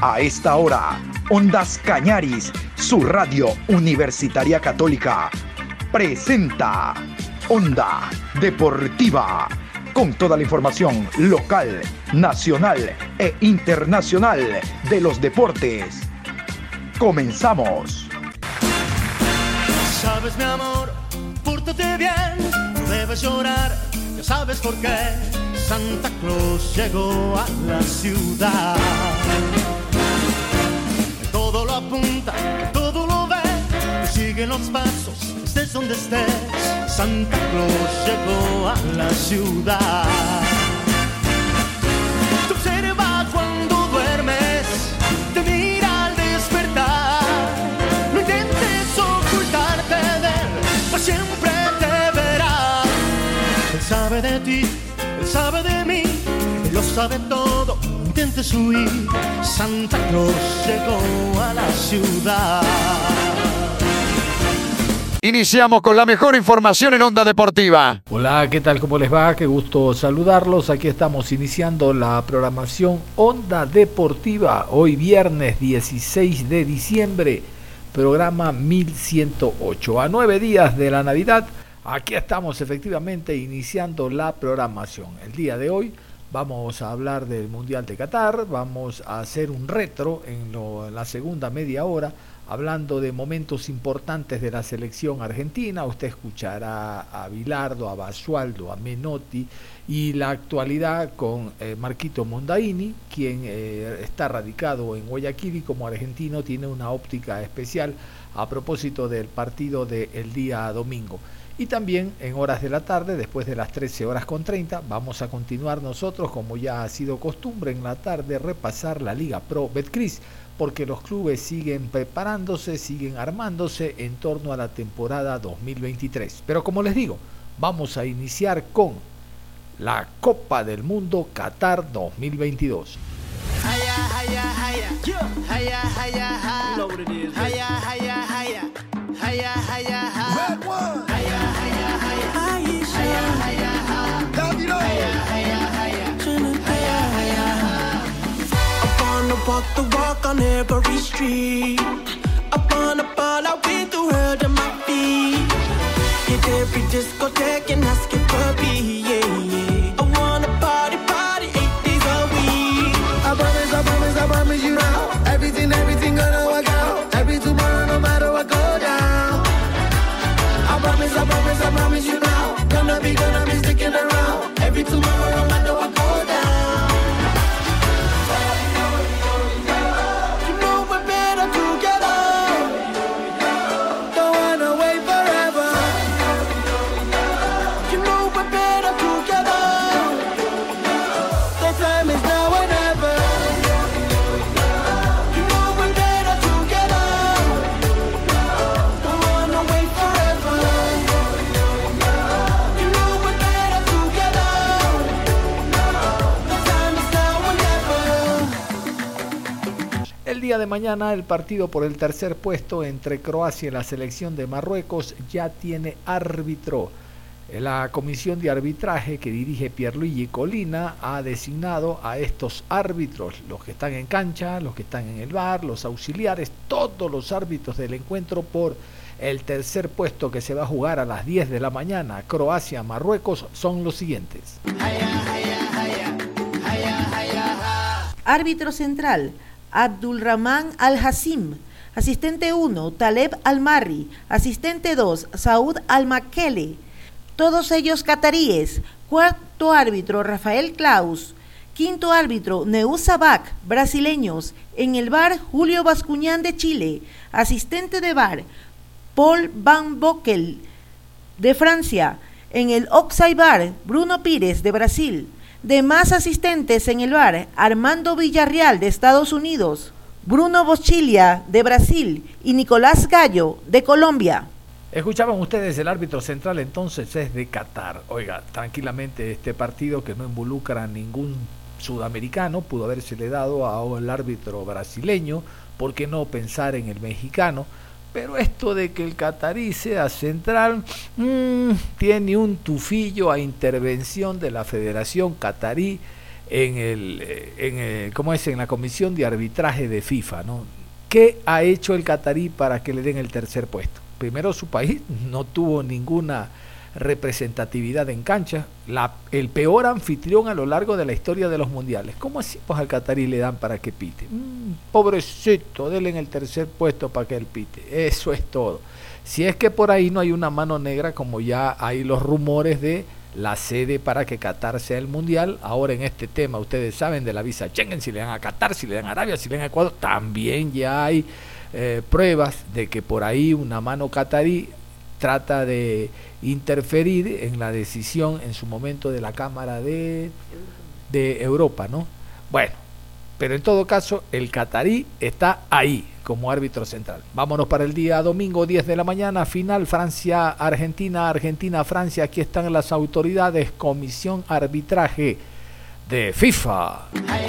A esta hora, Ondas Cañaris, su radio universitaria católica, presenta Onda Deportiva, con toda la información local, nacional e internacional de los deportes. Comenzamos. Sabes, mi amor, pórtate bien, no debes llorar, ya sabes por qué. Santa Claus llegó a la ciudad. Todo lo apunta, todo lo ve, sigue los pasos, estés donde estés. Santa Claus llegó a la ciudad. Te observa cuando duermes, te mira al despertar. No intentes ocultarte de él, pues siempre te verá. Él sabe de ti, él sabe de mí, él lo sabe todo, no intentes huir. Santa Claus llegó a la ciudad. Iniciamos con la mejor información en Onda Deportiva. Hola, ¿qué tal? ¿Cómo les va? Qué gusto saludarlos. Aquí estamos iniciando la programación Onda Deportiva. Hoy viernes 16 de diciembre, programa 1108. A 9 días de la Navidad, aquí estamos efectivamente iniciando la programación. El día de hoy vamos a hablar del Mundial de Qatar, vamos a hacer un retro en la segunda media hora, hablando de momentos importantes de la selección argentina. Usted escuchará a Bilardo, a Basualdo, a Menotti y la actualidad con Marquito Mondaini, quien está radicado en Guayaquil y como argentino tiene una óptica especial a propósito del partido del día domingo. Y también en horas de la tarde, después de las 13:30, vamos a continuar nosotros, como ya ha sido costumbre en la tarde, repasar la Liga Pro Betcris, porque los clubes siguen preparándose, siguen armándose en torno a la temporada 2023. Pero como les digo, vamos a iniciar con la Copa del Mundo Qatar 2022. Walk the walk on every street. I wanna ball, I've been through hell to my feet. Hit every discotheque and ask it for me, yeah, yeah. I wanna party, 8 days a week. I promise you now. Everything gonna work out. Every tomorrow, no matter what go down. I promise you now. Gonna be sticking around. Every tomorrow, no matter what go down. Día de mañana el partido por el tercer puesto entre Croacia y la selección de Marruecos ya tiene árbitro. La comisión de arbitraje que dirige Pierluigi Collina ha designado a estos árbitros, los que están en cancha, los que están en el VAR, los auxiliares, todos los árbitros del encuentro por el tercer puesto que se va a jugar a las 10 de la mañana. Croacia-Marruecos son los siguientes. Árbitro central: Abdulrahman Al-Hassim. Asistente 1, Taleb Al-Marri. Asistente 2, Saud Al-Makele. Todos ellos cataríes. Cuarto árbitro, Rafael Klaus. Quinto árbitro, Neus Sabac, brasileños. En el VAR, Julio Bascuñán de Chile. Asistente de VAR, Paul Van Boekel de Francia. En el Oxai VAR, Bruno Pires de Brasil. Demás asistentes en el VAR: Armando Villarreal de Estados Unidos, Bruno Boschilia de Brasil y Nicolás Gallo de Colombia. Escuchaban ustedes, el árbitro central entonces es de Qatar. Oiga, tranquilamente este partido que no involucra a ningún sudamericano pudo habérsele dado al árbitro brasileño, ¿por qué no pensar en el mexicano? Pero esto de que el catarí sea central tiene un tufillo a intervención de la Federación Catarí ¿cómo es? En la comisión de arbitraje de FIFA, ¿no? ¿Qué ha hecho el catarí para que le den el tercer puesto? Primero, su país no tuvo ninguna representatividad en cancha, el peor anfitrión a lo largo de la historia de los mundiales. ¿Cómo así pues al catarí le dan para que pite? Pobrecito, denle en el tercer puesto para que él pite. Eso es todo. Si es que por ahí no hay una mano negra, como ya hay los rumores de la sede para que Qatar sea el mundial. Ahora en este tema, ustedes saben de la visa Schengen, si le dan a Qatar, si le dan a Arabia, si le dan a Ecuador, también ya hay pruebas de que por ahí una mano catarí trata de interferir en la decisión en su momento de la Cámara de Europa, ¿no? Bueno, pero en todo caso el catarí está ahí como árbitro central. Vámonos para el día domingo 10 de la mañana, final Francia-Argentina, Argentina-Francia. Aquí están las autoridades, comisión arbitraje de FIFA.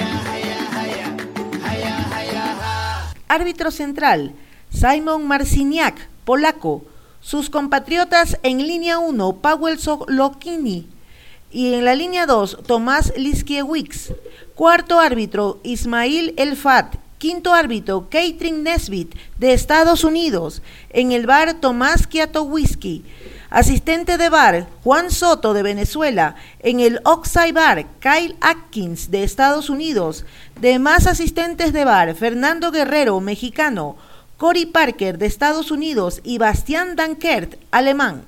Árbitro central, Simon Marciniak, polaco. Sus compatriotas en línea 1, Paweł Sokocki, y en la línea 2, Tomás Liskiewicz. Cuarto árbitro, Ismail El-Fat. Quinto árbitro, Katrin Nesbitt, de Estados Unidos. En el bar, Tomás Kiatowiski. Asistente de bar, Juan Soto, de Venezuela. En el Oxide Bar, Kyle Atkins, de Estados Unidos. Demás asistentes de bar, Fernando Guerrero, mexicano. Cory Parker, de Estados Unidos, y Bastián Dankert, alemán.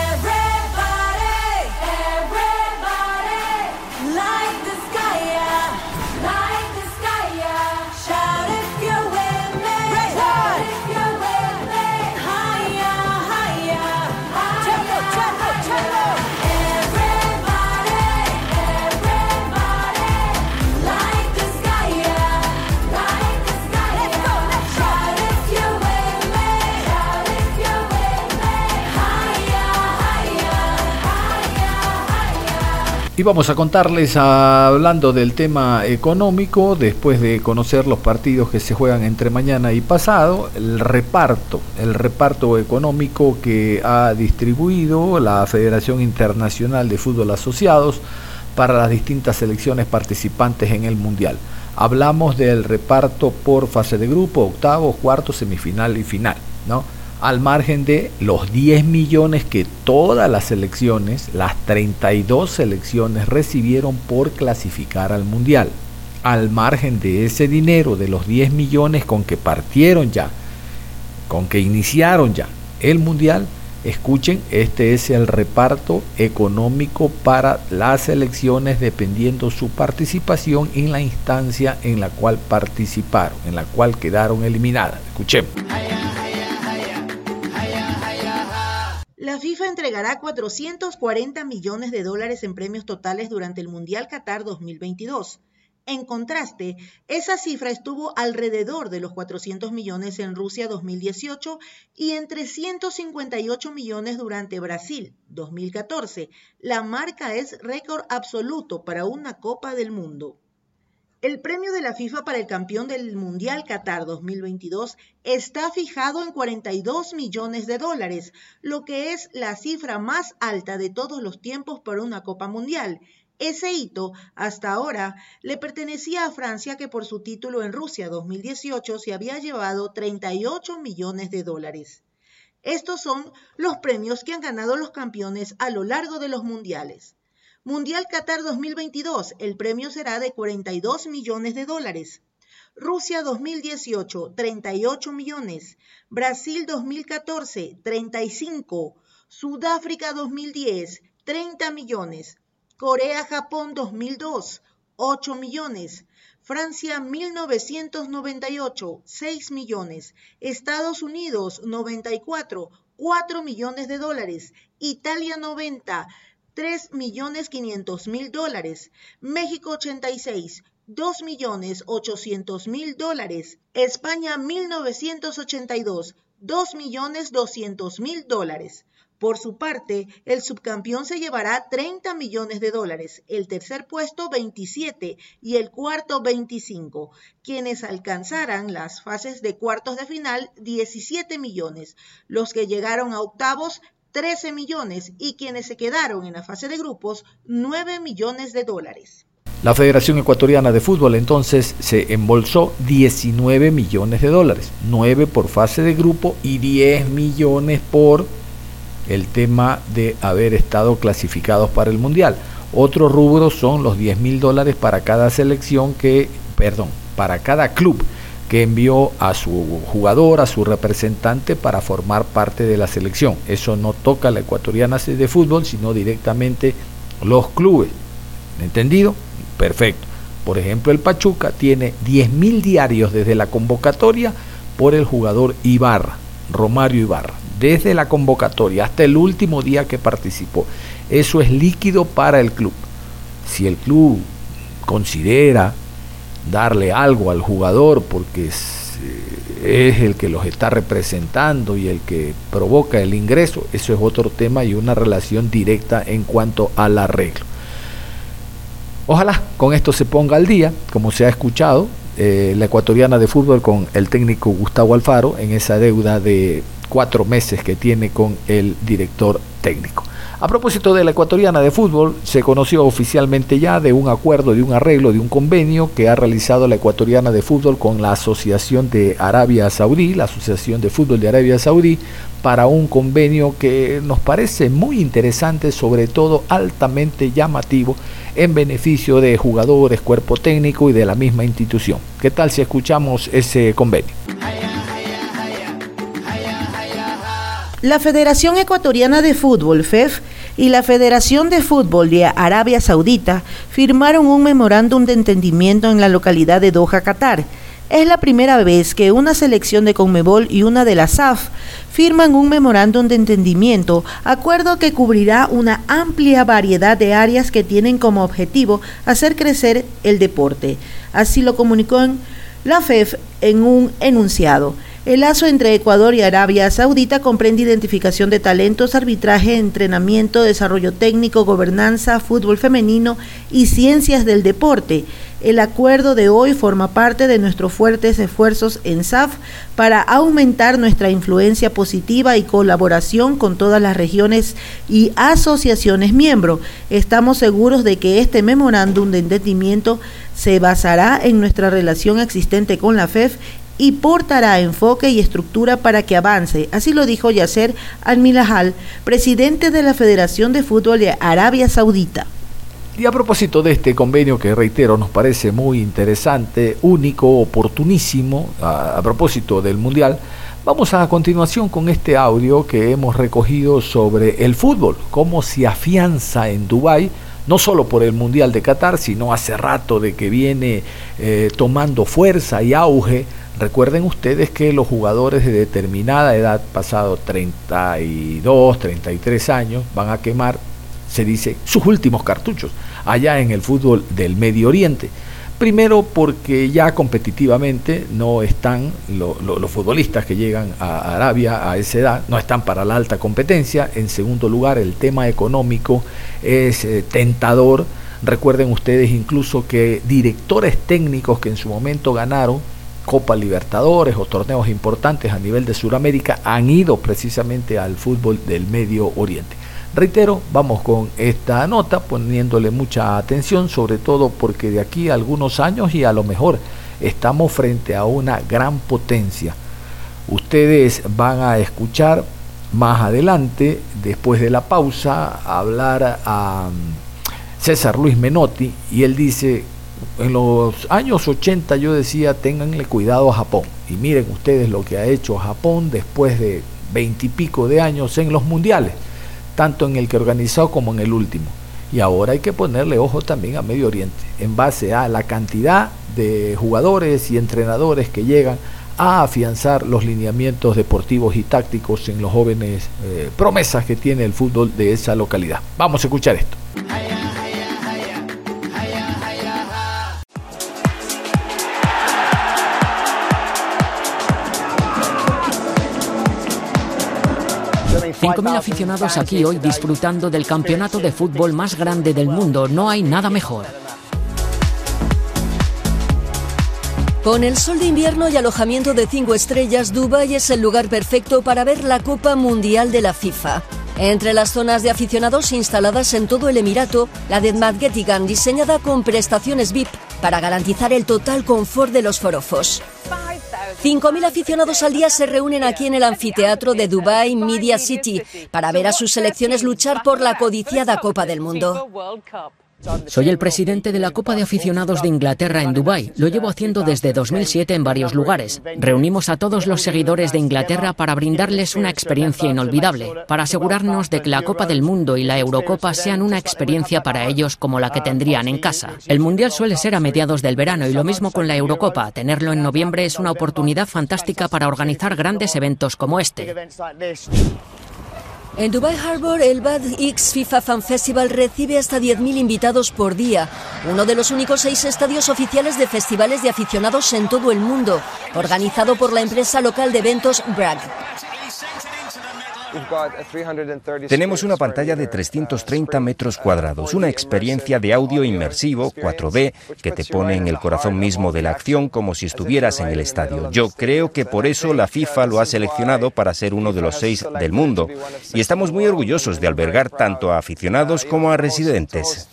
Y vamos a contarles, hablando del tema económico, después de conocer los partidos que se juegan entre mañana y pasado, el reparto económico que ha distribuido la Federación Internacional de Fútbol Asociados para las distintas selecciones participantes en el Mundial. Hablamos del reparto por fase de grupo, octavos, cuartos, semifinal y final, ¿no? Al margen de los 10 millones que todas las selecciones, las 32 selecciones recibieron por clasificar al Mundial. Al margen de ese dinero, de los 10 millones con que partieron ya, con que iniciaron ya el Mundial, escuchen, este es el reparto económico para las selecciones dependiendo su participación en la instancia en la cual participaron, en la cual quedaron eliminadas. Escuchemos. La FIFA entregará 440 millones de dólares en premios totales durante el Mundial Qatar 2022. En contraste, esa cifra estuvo alrededor de los 400 millones en Rusia 2018 y en 358 millones durante Brasil 2014. La marca es récord absoluto para una Copa del Mundo. El premio de la FIFA para el campeón del Mundial Qatar 2022 está fijado en 42 millones de dólares, lo que es la cifra más alta de todos los tiempos para una Copa Mundial. Ese hito, hasta ahora, le pertenecía a Francia, que por su título en Rusia 2018 se había llevado 38 millones de dólares. Estos son los premios que han ganado los campeones a lo largo de los mundiales. Mundial Qatar 2022, el premio será de 42 millones de dólares. Rusia 2018, 38 millones. Brasil 2014, 35. Sudáfrica 2010, 30 millones. Corea-Japón 2002, 8 millones. Francia 1998, 6 millones. Estados Unidos 94, 4 millones de dólares. Italia 90, 3.500.000 dólares. México 86, 2.800.000 dólares. España 1982, 2.200.000 dólares. Por su parte, el subcampeón se llevará 30 millones de dólares, el tercer puesto 27 y el cuarto 25. Quienes alcanzaran las fases de cuartos de final, 17 millones. Los que llegaron a octavos, 13 millones, y quienes se quedaron en la fase de grupos, 9 millones de dólares. La Federación Ecuatoriana de Fútbol entonces se embolsó 19 millones de dólares, 9 por fase de grupo y 10 millones por el tema de haber estado clasificados para el Mundial. Otros rubros son los 10.000 dólares para cada para cada club que envió a su jugador, a su representante para formar parte de la selección. Eso no toca a la Ecuatoriana de Fútbol, sino directamente los clubes. ¿Entendido? Perfecto. Por ejemplo, el Pachuca tiene 10.000 diarios desde la convocatoria por el jugador Ibarra, Romario Ibarra, desde la convocatoria hasta el último día que participó. Eso es líquido para el club. Si el club considera darle algo al jugador porque es el que los está representando y el que provoca el ingreso, eso es otro tema y una relación directa en cuanto al arreglo. Ojalá con esto se ponga al día, como se ha escuchado, la Ecuatoriana de Fútbol con el técnico Gustavo Alfaro en esa deuda de 4 meses que tiene con el director técnico. A propósito de la Ecuatoriana de Fútbol, se conoció oficialmente ya de un acuerdo, de un arreglo, de un convenio que ha realizado la Ecuatoriana de Fútbol con la Asociación de Arabia Saudí, la Asociación de Fútbol de Arabia Saudí, para un convenio que nos parece muy interesante, sobre todo altamente llamativo, en beneficio de jugadores, cuerpo técnico y de la misma institución. ¿Qué tal si escuchamos ese convenio? La Federación Ecuatoriana de Fútbol, FEF, y la Federación de Fútbol de Arabia Saudita firmaron un memorándum de entendimiento en la localidad de Doha, Qatar. Es la primera vez que una selección de Conmebol y una de la SAF firman un memorándum de entendimiento, acuerdo que cubrirá una amplia variedad de áreas que tienen como objetivo hacer crecer el deporte. Así lo comunicó la FEF en un enunciado. El lazo entre Ecuador y Arabia Saudita comprende identificación de talentos, arbitraje, entrenamiento, desarrollo técnico, gobernanza, fútbol femenino y ciencias del deporte. El acuerdo de hoy forma parte de nuestros fuertes esfuerzos en SAF para aumentar nuestra influencia positiva y colaboración con todas las regiones y asociaciones miembros. Estamos seguros de que este memorándum de entendimiento se basará en nuestra relación existente con la FEF y portará enfoque y estructura para que avance. Así lo dijo Yasser Al-Milahal, presidente de la Federación de Fútbol de Arabia Saudita. Y a propósito de este convenio que, reitero, nos parece muy interesante, único, oportunísimo, a propósito del Mundial, vamos a continuación con este audio que hemos recogido sobre el fútbol, cómo se afianza en Dubái, no solo por el Mundial de Qatar, sino hace rato de que viene tomando fuerza y auge. Recuerden ustedes que los jugadores de determinada edad, pasado 32, 33 años, van a quemar, se dice, sus últimos cartuchos allá en el fútbol del Medio Oriente. Primero porque ya competitivamente no están los futbolistas que llegan a Arabia a esa edad, no están para la alta competencia. En segundo lugar, el tema económico es tentador. Recuerden ustedes incluso que directores técnicos que en su momento ganaron Copa Libertadores o torneos importantes a nivel de Sudamérica han ido precisamente al fútbol del Medio Oriente. Reitero, vamos con esta nota poniéndole mucha atención, sobre todo porque de aquí a algunos años y a lo mejor estamos frente a una gran potencia. Ustedes van a escuchar más adelante, después de la pausa, hablar a César Luis Menotti y él dice: en los años 80 yo decía, ténganle cuidado a Japón, y miren ustedes lo que ha hecho Japón después de 20 y pico de años en los mundiales, tanto en el que organizó como en el último. Y ahora hay que ponerle ojo también a Medio Oriente, en base a la cantidad de jugadores y entrenadores que llegan a afianzar los lineamientos deportivos y tácticos en los jóvenes promesas que tiene el fútbol de esa localidad. Vamos a escuchar esto. $5.000 aficionados aquí hoy disfrutando del campeonato de fútbol más grande del mundo. No hay nada mejor. Con el sol de invierno y alojamiento de 5 estrellas, Dubái es el lugar perfecto para ver la Copa Mundial de la FIFA. Entre las zonas de aficionados instaladas en todo el Emirato, la de Madgetigan, diseñada con prestaciones VIP para garantizar el total confort de los forofos. 5.000 aficionados al día se reúnen aquí en el anfiteatro de Dubai Media City para ver a sus selecciones luchar por la codiciada Copa del Mundo. Soy el presidente de la Copa de Aficionados de Inglaterra en Dubái. Lo llevo haciendo desde 2007 en varios lugares. Reunimos a todos los seguidores de Inglaterra para brindarles una experiencia inolvidable, para asegurarnos de que la Copa del Mundo y la Eurocopa sean una experiencia para ellos como la que tendrían en casa. El Mundial suele ser a mediados del verano y lo mismo con la Eurocopa. Tenerlo en noviembre es una oportunidad fantástica para organizar grandes eventos como este. En Dubai Harbour, el Bad X FIFA Fan Festival recibe hasta 10.000 invitados por día, uno de los únicos 6 estadios oficiales de festivales de aficionados en todo el mundo, organizado por la empresa local de eventos Bragg. Tenemos una pantalla de 330 metros cuadrados, una experiencia de audio inmersivo 4D que te pone en el corazón mismo de la acción como si estuvieras en el estadio. Yo creo que por eso la FIFA lo ha seleccionado para ser uno de los 6 del mundo y estamos muy orgullosos de albergar tanto a aficionados como a residentes.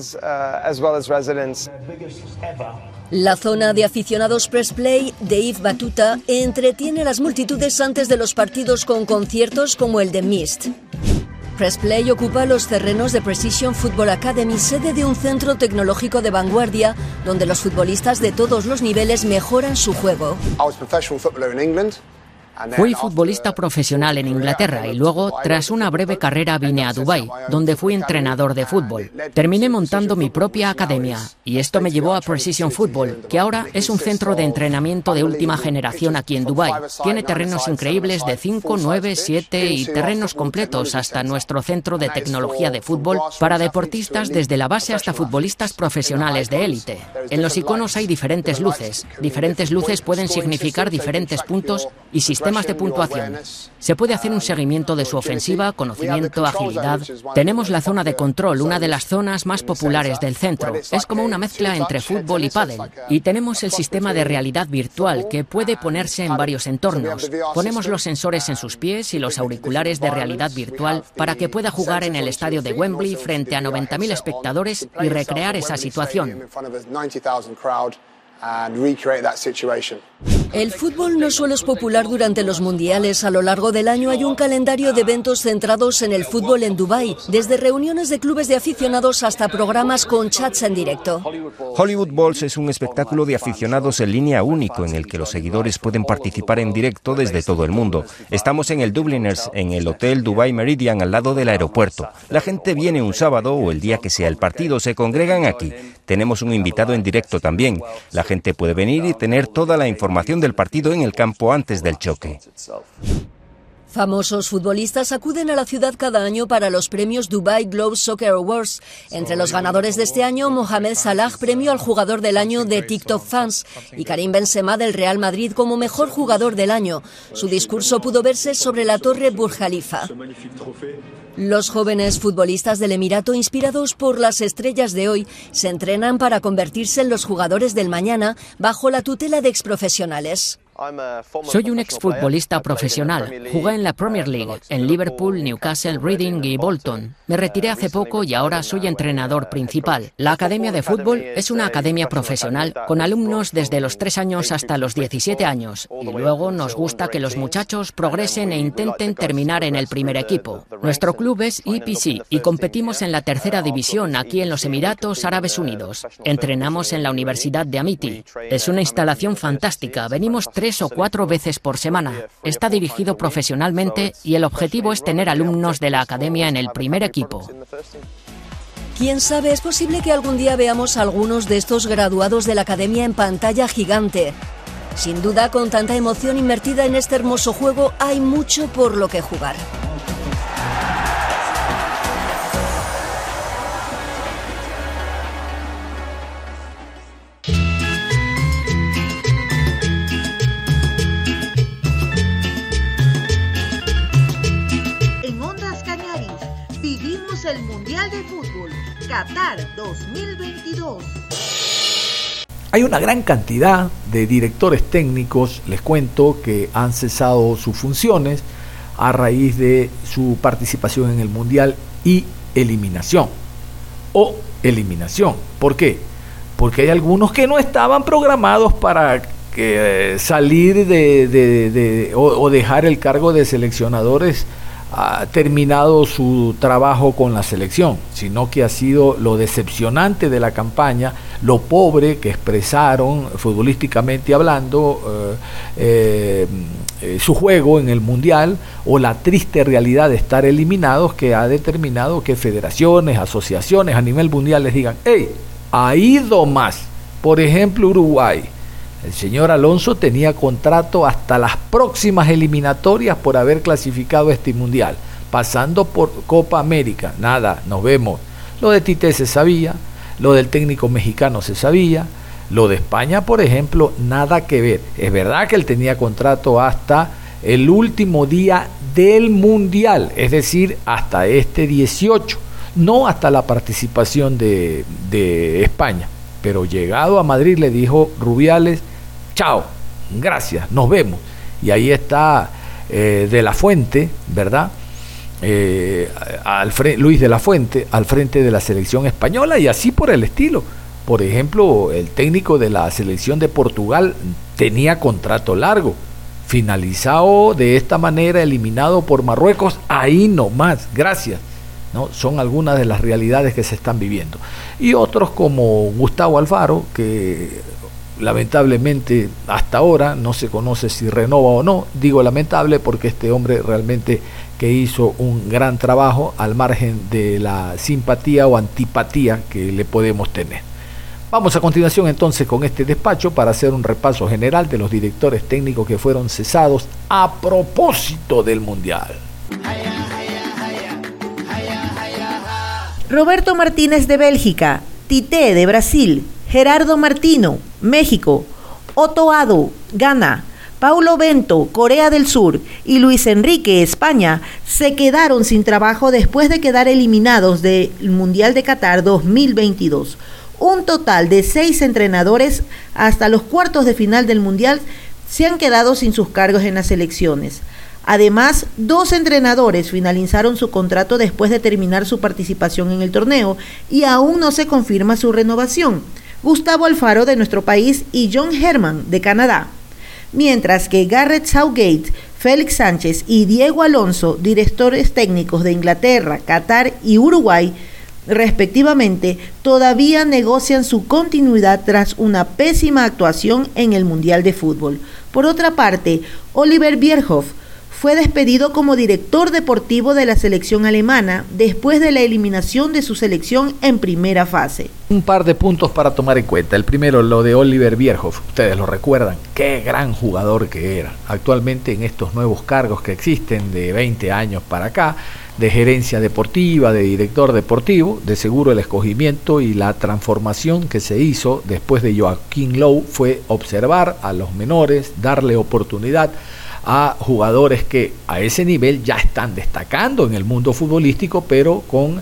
La zona de aficionados Press Play de Yves Batuta entretiene a las multitudes antes de los partidos con conciertos como el de Mist. Press Play ocupa los terrenos de Precision Football Academy, sede de un centro tecnológico de vanguardia donde los futbolistas de todos los niveles mejoran su juego. Fui futbolista profesional en Inglaterra y luego, tras una breve carrera, vine a Dubái, donde fui entrenador de fútbol. Terminé montando mi propia academia y esto me llevó a Precision Football, que ahora es un centro de entrenamiento de última generación aquí en Dubái. Tiene terrenos increíbles de 5, 9, 7 y terrenos completos hasta nuestro centro de tecnología de fútbol para deportistas desde la base hasta futbolistas profesionales de élite. En los iconos hay diferentes luces. Diferentes luces pueden significar diferentes puntos y sistemas de puntuación. Se puede hacer un seguimiento de su ofensiva, conocimiento, agilidad. Tenemos la zona de control, una de las zonas más populares del centro. Es como una mezcla entre fútbol y pádel. Y tenemos el sistema de realidad virtual que puede ponerse en varios entornos. Ponemos los sensores en sus pies y los auriculares de realidad virtual para que pueda jugar en el estadio de Wembley frente a 90.000 espectadores y recrear esa situación. El fútbol no solo es popular durante los mundiales. A lo largo del año hay un calendario de eventos centrados en el fútbol en Dubái, desde reuniones de clubes de aficionados hasta programas con chats en directo. Hollywood Bowls es un espectáculo de aficionados en línea único en el que los seguidores pueden participar en directo desde todo el mundo. Estamos en el Dubliners, en el Hotel Dubai Meridian, al lado del aeropuerto. La gente viene un sábado o el día que sea el partido, se congregan aquí. Tenemos un invitado en directo también. La gente puede venir y tener toda la información del partido en el campo antes del choque. Famosos futbolistas acuden a la ciudad cada año para los premios Dubai Globe Soccer Awards. Entre los ganadores de este año, Mohamed Salah, premio al jugador del año de TikTok Fans, y Karim Benzema del Real Madrid como mejor jugador del año. Su discurso pudo verse sobre la torre Burj Khalifa. Los jóvenes futbolistas del Emirato, inspirados por las estrellas de hoy, se entrenan para convertirse en los jugadores del mañana bajo la tutela de exprofesionales. Soy un exfutbolista profesional. Jugué en la Premier League, en Liverpool, Newcastle, Reading y Bolton. Me retiré hace poco y ahora soy entrenador principal. La Academia de Fútbol es una academia profesional con alumnos desde los 3 años hasta los 17 años. Y luego nos gusta que los muchachos progresen e intenten terminar en el primer equipo. Nuestro club es EPC y competimos en la 3ª división aquí en los Emiratos Árabes Unidos. Entrenamos en la Universidad de Amity. Es una instalación fantástica. Venimos 3 o 4 veces por semana. Está dirigido profesionalmente y el objetivo es tener alumnos de la academia en el primer equipo. Quién sabe, es posible que algún día veamos a algunos de estos graduados de la academia en pantalla gigante. Sin duda, con tanta emoción invertida en este hermoso juego, hay mucho por lo que jugar. El Mundial de Fútbol Qatar 2022. Hay una gran cantidad de directores técnicos, les cuento, que han cesado sus funciones. a raíz de su participación en el Mundial y eliminación. ¿Por qué? Porque hay algunos que no estaban programados para salir o dejar el cargo de seleccionadores terminado su trabajo con la selección, sino que ha sido lo decepcionante de la campaña, lo pobre que expresaron futbolísticamente hablando su juego en el Mundial, o la triste realidad de estar eliminados, que ha determinado que federaciones, asociaciones a nivel mundial les digan: hey, ha ido más. Por ejemplo, Uruguay. El señor Alonso tenía contrato hasta las próximas eliminatorias por haber clasificado este Mundial, pasando por Copa América. Nada, nos vemos. Lo de Tite se sabía, lo del técnico mexicano se sabía, lo de España, por ejemplo, nada que ver. Es verdad que él tenía contrato hasta el último día del Mundial, es decir, hasta este 18, no hasta la participación de España. Pero llegado a Madrid le dijo Rubiales: chao, gracias, nos vemos. Y ahí está De la Fuente, ¿verdad? Luis de la Fuente al frente de la selección española, y así por el estilo. Por ejemplo, el técnico de la selección de Portugal tenía contrato largo, finalizado de esta manera, eliminado por Marruecos, ahí nomás, gracias. ¿No? Son algunas de las realidades que se están viviendo. Y otros como Gustavo Alfaro, que lamentablemente hasta ahora no se conoce si renova o no. Digo lamentable porque este hombre realmente que hizo un gran trabajo, al margen de la simpatía o antipatía que le podemos tener. Vamos a continuación entonces con este despacho para hacer un repaso general de los directores técnicos que fueron cesados a propósito del Mundial. Roberto Martínez de Bélgica, Tite de Brasil, Gerardo Martino, México, Otto Addo, Ghana, Paulo Bento, Corea del Sur y Luis Enrique, España, se quedaron sin trabajo después de quedar eliminados del Mundial de Qatar 2022. Un total de 6 entrenadores hasta los cuartos de final del Mundial se han quedado sin sus cargos en las selecciones. Además, 2 entrenadores finalizaron su contrato después de terminar su participación en el torneo y aún no se confirma su renovación: Gustavo Alfaro de nuestro país y John Herman de Canadá. Mientras que Gareth Southgate, Félix Sánchez y Diego Alonso, directores técnicos de Inglaterra, Qatar y Uruguay, respectivamente, todavía negocian su continuidad tras una pésima actuación en el Mundial de Fútbol. Por otra parte, Oliver Bierhoff fue despedido como director deportivo de la selección alemana después de la eliminación de su selección en primera fase. Un par de puntos para tomar en cuenta. El primero, lo de Oliver Bierhoff. Ustedes lo recuerdan, qué gran jugador que era. Actualmente en estos nuevos cargos que existen de 20 años para acá, de gerencia deportiva, de director deportivo, de seguro el escogimiento y la transformación que se hizo después de Joaquín Low fue observar a los menores, darle oportunidad a jugadores que a ese nivel ya están destacando en el mundo futbolístico, pero con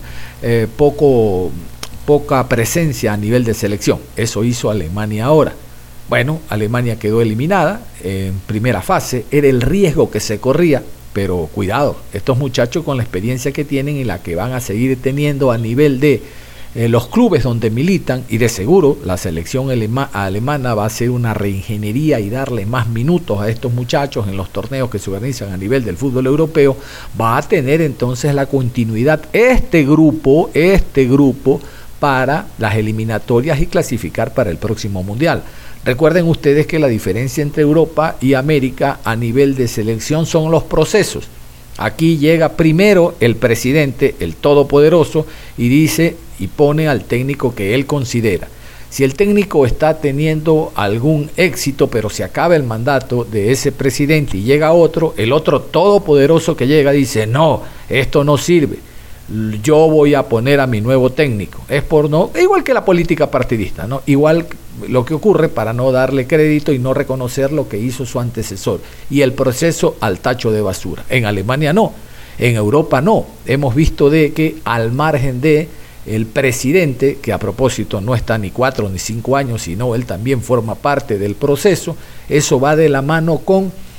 poca presencia a nivel de selección. Eso hizo Alemania ahora. Bueno, Alemania quedó eliminada en primera fase, era el riesgo que se corría, pero cuidado, estos muchachos con la experiencia que tienen y la que van a seguir teniendo a nivel de los clubes donde militan, y de seguro la selección alemana va a hacer una reingeniería y darle más minutos a estos muchachos en los torneos que se organizan a nivel del fútbol europeo, va a tener entonces la continuidad este grupo para las eliminatorias y clasificar para el próximo Mundial. Recuerden ustedes que la diferencia entre Europa y América a nivel de selección son los procesos. Aquí llega primero el presidente, el todopoderoso, y dice y pone al técnico que él considera. Si el técnico está teniendo algún éxito, pero se acaba el mandato de ese presidente y llega otro, el otro todopoderoso que llega dice: no, esto no sirve, yo voy a poner a mi nuevo técnico. Es por no, igual que la política partidista, ¿no? Igual lo que ocurre para no darle crédito y no reconocer lo que hizo su antecesor, y el proceso al tacho de basura. En Alemania no, en Europa no. Hemos visto de que al margen de el presidente, que a propósito no está ni 4 ni 5 años, sino él también forma parte del proceso, eso va de la mano con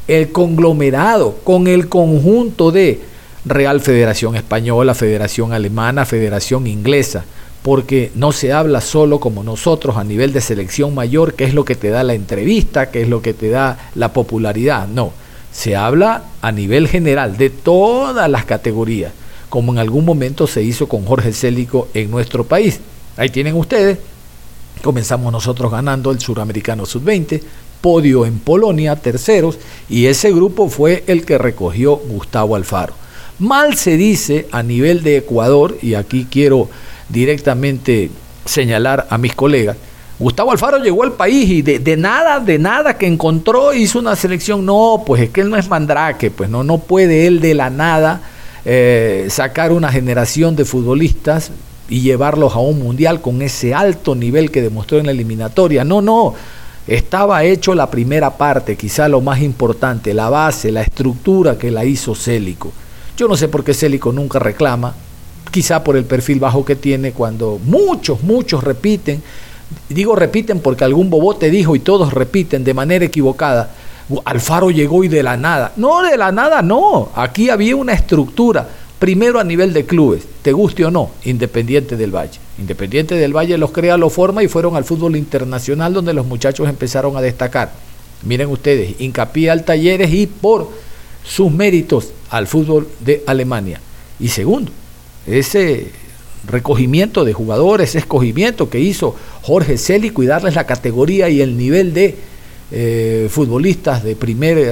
el conglomerado, con el conjunto de Real Federación Española, Federación Alemana, Federación Inglesa, porque no se habla solo como nosotros a nivel de selección mayor, que es lo que te da la entrevista, que es lo que te da la popularidad. No, se habla a nivel general de todas las categorías, como en algún momento se hizo con Jorge Célico en nuestro país. Ahí tienen ustedes, comenzamos nosotros ganando el Suramericano Sub-20, podio en Polonia, terceros, y ese grupo fue el que recogió Gustavo Alfaro. Mal se dice a nivel de Ecuador, y aquí quiero directamente señalar a mis colegas, Gustavo Alfaro llegó al país y de nada que encontró hizo una selección. No, pues es que él no es Mandrake, pues no puede él de la nada sacar una generación de futbolistas y llevarlos a un mundial con ese alto nivel que demostró en la eliminatoria. No, estaba hecho la primera parte, quizá lo más importante, la base, la estructura que la hizo Célico. Yo no sé por qué Célico nunca reclama, quizá por el perfil bajo que tiene, cuando muchos repiten. Digo repiten porque algún bobote dijo y todos repiten de manera equivocada, Alfaro llegó y de la nada. No, de la nada no, aquí había una estructura, primero a nivel de clubes, te guste o no, Independiente del Valle. Independiente del Valle los crea, los forma y fueron al fútbol internacional donde los muchachos empezaron a destacar. Miren ustedes, hincapié al Talleres y por sus méritos al fútbol de Alemania. Y segundo, ese recogimiento de jugadores, ese escogimiento que hizo Jorge Célico y darles la categoría y el nivel de futbolistas de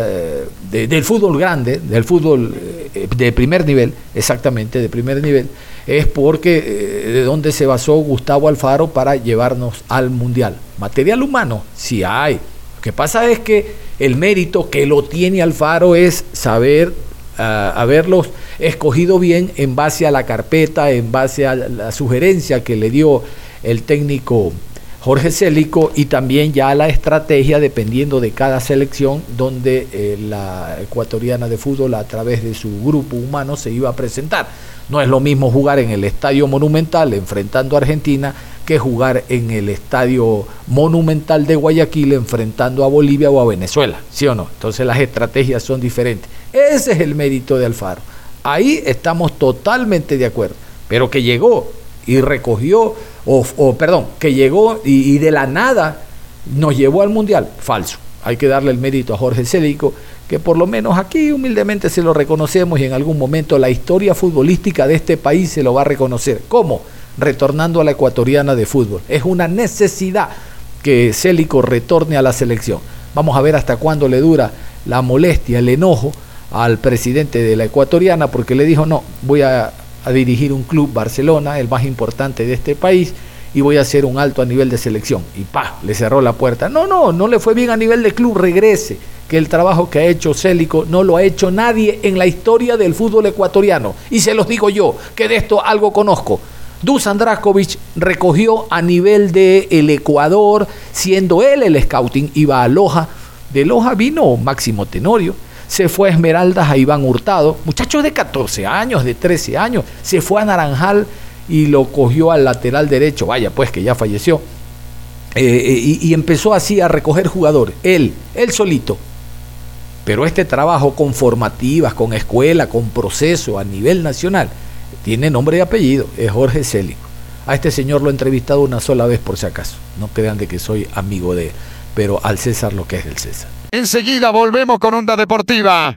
del fútbol grande, del fútbol de primer nivel, exactamente de primer nivel, es porque de donde se basó Gustavo Alfaro para llevarnos al mundial. Material humano sí hay. Lo que pasa es que el mérito que lo tiene Alfaro es saber haberlos escogido bien en base a la carpeta, en base a la sugerencia que le dio el técnico Jorge Célico, y también ya la estrategia dependiendo de cada selección donde la ecuatoriana de fútbol a través de su grupo humano se iba a presentar. No es lo mismo jugar en el Estadio Monumental enfrentando a Argentina que jugar en el Estadio Monumental de Guayaquil enfrentando a Bolivia o a Venezuela, ¿sí o no? Entonces las estrategias son diferentes. Ese es el mérito de Alfaro. Ahí estamos totalmente de acuerdo. Pero que llegó y recogió, que llegó y de la nada nos llevó al Mundial, falso. Hay que darle el mérito a Jorge Célico, que por lo menos aquí humildemente se lo reconocemos, y en algún momento la historia futbolística de este país se lo va a reconocer. ¿Cómo? Retornando a la ecuatoriana de fútbol. Es una necesidad que Célico retorne a la selección. Vamos a ver hasta cuándo le dura la molestia, el enojo al presidente de la ecuatoriana, porque le dijo, no, voy a dirigir un club, Barcelona, el más importante de este país, y voy a hacer un alto a nivel de selección. Y le cerró la puerta. No le fue bien a nivel de club, regrese, que el trabajo que ha hecho Célico no lo ha hecho nadie en la historia del fútbol ecuatoriano. Y se los digo yo, que de esto algo conozco. Dusan Draskovic recogió a nivel del Ecuador, siendo él el scouting, iba a Loja. De Loja vino Máximo Tenorio, se fue a Esmeraldas a Iván Hurtado, muchachos de 14 años, de 13 años, se fue a Naranjal y lo cogió al lateral derecho, vaya pues que ya falleció, y empezó así a recoger jugadores, él solito. Pero este trabajo con formativas, con escuela, con proceso a nivel nacional, tiene nombre y apellido, es Jorge Célico. A este señor lo he entrevistado una sola vez por si acaso, no crean de que soy amigo de él, pero al César lo que es del César. Enseguida volvemos con Onda Deportiva.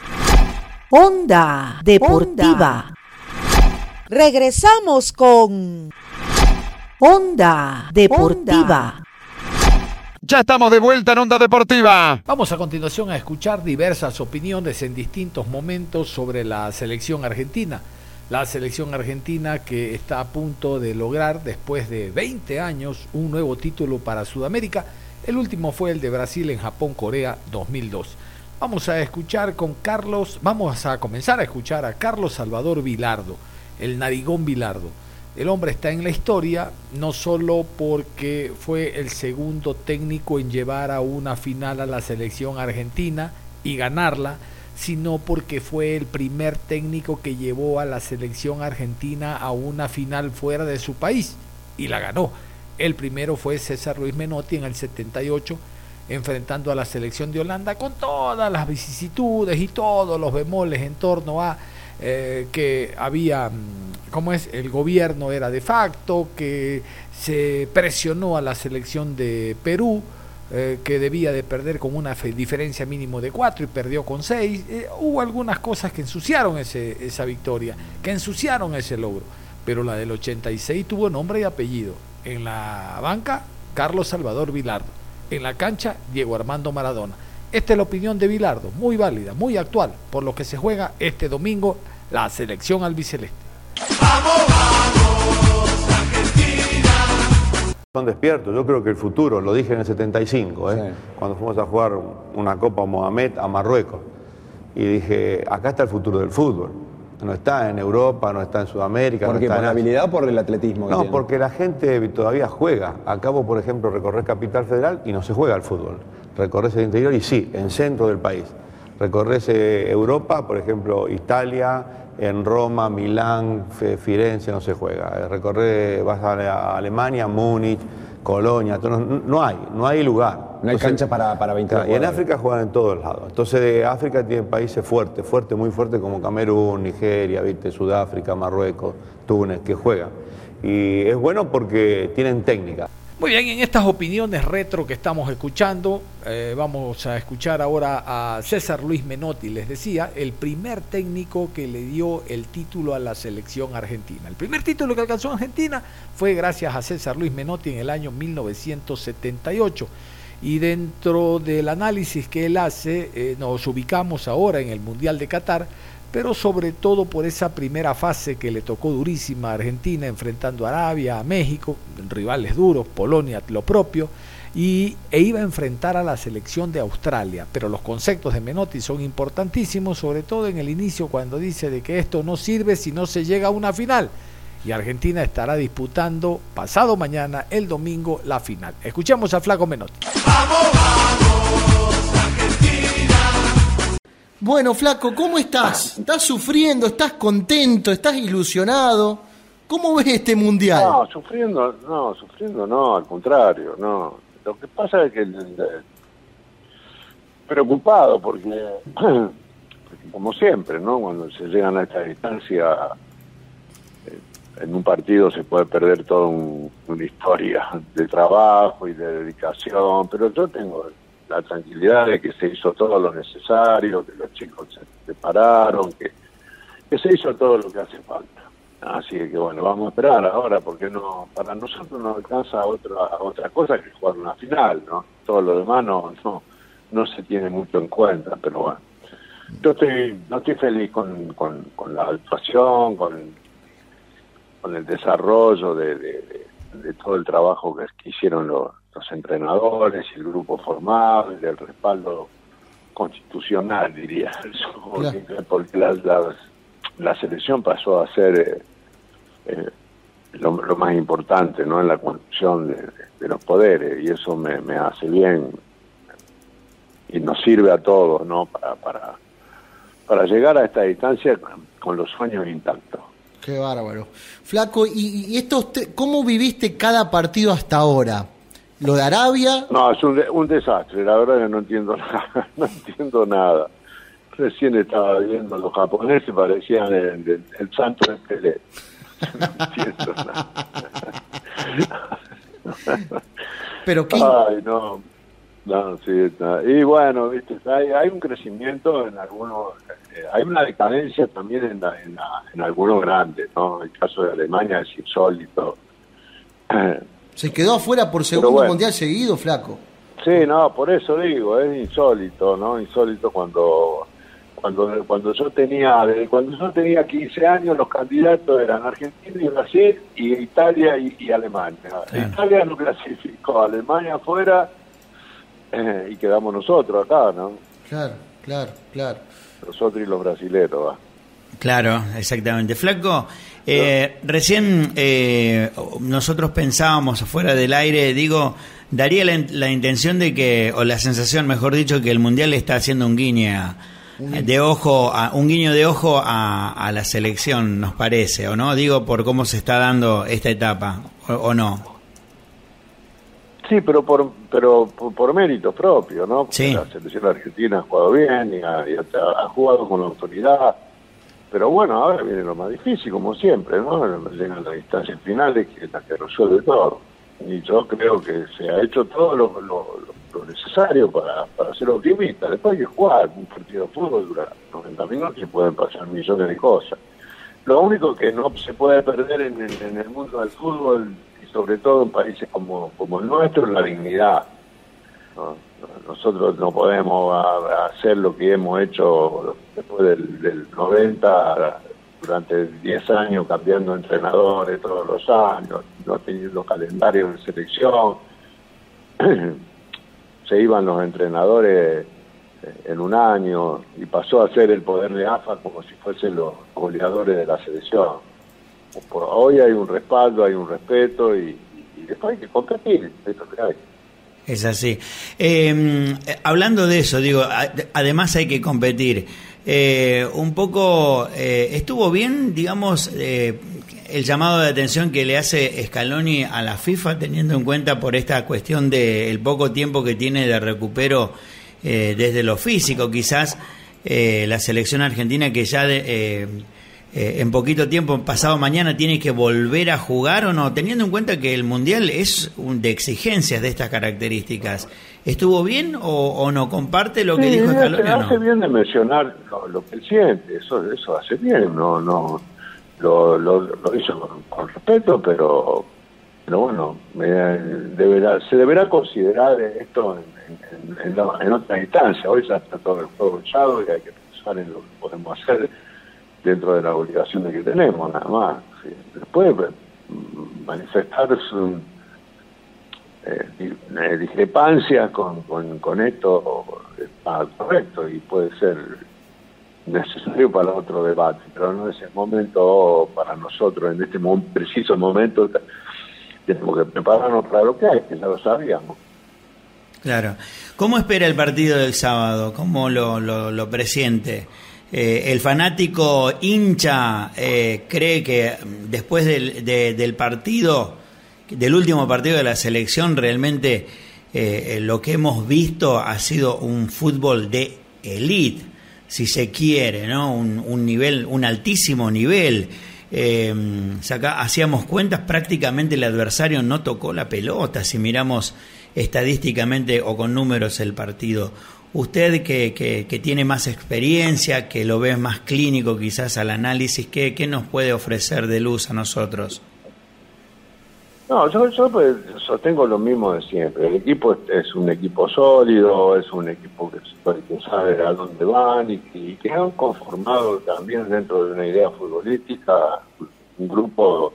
Onda Deportiva. Regresamos con Onda Deportiva. Ya estamos de vuelta en Onda Deportiva. Vamos a continuación a escuchar diversas opiniones en distintos momentos sobre la selección argentina. La selección argentina que está a punto de lograr, después de 20 años, un nuevo título para Sudamérica. El último fue el de Brasil en Japón, Corea 2002. Vamos a comenzar a escuchar a Carlos Salvador Vilardo, el narigón Vilardo. El hombre está en la historia, no solo porque fue el segundo técnico en llevar a una final a la selección argentina y ganarla, sino porque fue el primer técnico que llevó a la selección argentina a una final fuera de su país y la ganó. El primero fue César Luis Menotti en el 78, enfrentando a la selección de Holanda con todas las vicisitudes y todos los bemoles en torno a que había, el gobierno era de facto, que se presionó a la selección de Perú, que debía de perder con una diferencia mínimo de 4 y perdió con 6. Hubo algunas cosas que ensuciaron esa victoria, que ensuciaron ese logro, pero la del 86 tuvo nombre y apellido. En la banca, Carlos Salvador Vilardo; en la cancha, Diego Armando Maradona. Esta es la opinión de Vilardo, muy válida, muy actual, por lo que se juega este domingo la selección albiceleste. ¡Vamos, vamos, Argentina! Son despiertos, yo creo que el futuro, lo dije en el 75, sí, cuando fuimos a jugar una Copa Mohamed a Marruecos, y dije, acá está el futuro del fútbol. No está en Europa, no está en Sudamérica. ¿Por qué? No está ¿Por la habilidad o por el atletismo? No, porque la gente todavía juega. Acabo, por ejemplo, recorrer Capital Federal y no se juega al fútbol. Recorres el interior y sí, en centro del país. Recorres Europa, por ejemplo, Italia, en Roma, Milán, Firenze, no se juega. Vas a Alemania, Múnich, Colonia, no hay lugar. No hay cancha para 20 Y en África juegan en todos lados. Entonces África tiene países fuertes, muy fuertes como Camerún, Nigeria, Sudáfrica, Marruecos, Túnez, que juegan. Y es bueno porque tienen técnica. Muy bien, en estas opiniones retro que estamos escuchando, vamos a escuchar ahora a César Luis Menotti. Les decía, el primer técnico que le dio el título a la selección argentina. El primer título que alcanzó Argentina fue gracias a César Luis Menotti en el año 1978. Y dentro del análisis que él hace, nos ubicamos ahora en el Mundial de Qatar, pero sobre todo por esa primera fase que le tocó durísima a Argentina, enfrentando a Arabia, a México, rivales duros, Polonia lo propio, e iba a enfrentar a la selección de Australia. Pero los conceptos de Menotti son importantísimos, sobre todo en el inicio, cuando dice de que esto no sirve si no se llega a una final. Y Argentina estará disputando pasado mañana, el domingo, la final. Escuchemos a Flaco Menotti. ¡Vamos, vamos, Argentina! Bueno, Flaco, ¿cómo estás? ¿Estás sufriendo? ¿Estás contento? ¿Estás ilusionado? ¿Cómo ves este mundial? No, sufriendo no, al contrario, no. Lo que pasa es que preocupado porque como siempre, ¿no? Cuando se llegan a esta distancia, en un partido se puede perder toda una historia de trabajo y de dedicación, pero yo tengo la tranquilidad de que se hizo todo lo necesario, que los chicos se prepararon, que se hizo todo lo que hace falta. Así que bueno, vamos a esperar ahora, porque no, para nosotros no alcanza otra cosa que jugar una final, ¿no? Todo lo demás no se tiene mucho en cuenta, pero bueno. Yo no estoy feliz con la actuación, con el desarrollo de todo el trabajo que hicieron los entrenadores y el grupo formado, y del respaldo constitucional, diría yo, porque la selección pasó a ser lo más importante, ¿no?, en la construcción de los poderes, y eso me hace bien y nos sirve a todos, ¿no?, para llegar a esta distancia con los sueños intactos. Qué bárbaro. Flaco, ¿y cómo viviste cada partido hasta ahora? ¿Lo de Arabia? No, es un desastre, la verdad que no entiendo nada. Recién estaba viendo los japoneses, parecían el santo de Pelé. No entiendo nada. ¿Pero qué? Ay, no, sí, está. Y bueno, viste, hay un crecimiento en algunos, hay una decadencia también en algunos grandes, ¿no? El caso de Alemania es insólito. Se quedó afuera por segundo mundial seguido, Flaco. Sí, no, por eso digo, es insólito, ¿no? Insólito cuando yo tenía 15 años, los candidatos eran Argentina y Brasil, y Italia y Alemania. Claro. Italia no clasificó, Alemania afuera, y quedamos nosotros acá, ¿no? Claro. Nosotros y los brasileros, ¿va? Claro, exactamente. Flaco, recién nosotros pensábamos afuera del aire, daría la intención de que, o la sensación, mejor dicho, que el Mundial está haciendo un guiño de ojo a la selección, nos parece, ¿o no? Digo, por cómo se está dando esta etapa, ¿o no? Sí, pero por méritos propios, ¿no? Porque Sí. la selección argentina ha jugado bien y ha jugado con autoridad. Pero bueno, ahora viene lo más difícil, como siempre, ¿no? Llegan las instancias finales, que es la que resuelve todo. Y yo creo que se ha hecho todo lo necesario para ser optimista. Después hay que jugar un partido de fútbol, dura 90 minutos y pueden pasar millones de cosas. Lo único que no se puede perder en el mundo del fútbol, y sobre todo en países como el nuestro, es la dignidad, ¿no? Nosotros no podemos hacer lo que hemos hecho después del 90, durante 10 años cambiando entrenadores todos los años, no teniendo calendarios de selección. Se iban los entrenadores en un año y pasó a ser el poder de AFA como si fuesen los goleadores de la selección. Hoy hay un respaldo, hay un respeto y después hay que competir, eso es lo que hay. Es así. Hablando de eso, digo, además hay que competir. Un poco, ¿estuvo bien, digamos, el llamado de atención que le hace Scaloni a la FIFA, teniendo en cuenta por esta cuestión del poco tiempo que tiene de recupero desde lo físico? Quizás la selección argentina que ya en poquito tiempo, pasado mañana, tiene que volver a jugar, ¿o no? Teniendo en cuenta que el Mundial es de exigencias de estas características. ¿Estuvo bien o no? ¿Comparte lo que dijo Scaloni o no? Hace bien de mencionar lo que él siente, eso hace bien, no lo hizo con respeto, pero bueno, se deberá considerar esto en otra instancia. Hoy ya está todo el juego echado y hay que pensar en lo que podemos hacer dentro de las obligaciones que tenemos, nada más. ¿Sí? Después manifestar discrepancias con esto está correcto y puede ser necesario para otro debate, pero no es el momento para nosotros. En este preciso momento tenemos que prepararnos para lo que hay, que ya lo sabíamos. Claro. ¿Cómo espera el partido del sábado? ¿Cómo lo presiente? El fanático hincha cree que después del partido, del último partido de la selección, realmente lo que hemos visto ha sido un fútbol de élite, si se quiere, ¿no? Un nivel, un altísimo nivel. Hacíamos cuentas, prácticamente el adversario no tocó la pelota, si miramos estadísticamente o con números el partido. Usted que tiene más experiencia, que lo ve más clínico quizás al análisis, ¿qué nos puede ofrecer de luz a nosotros? No, yo pues sostengo lo mismo de siempre. El equipo es un equipo sólido, es un equipo que sabe a dónde van y que han conformado también dentro de una idea futbolística un grupo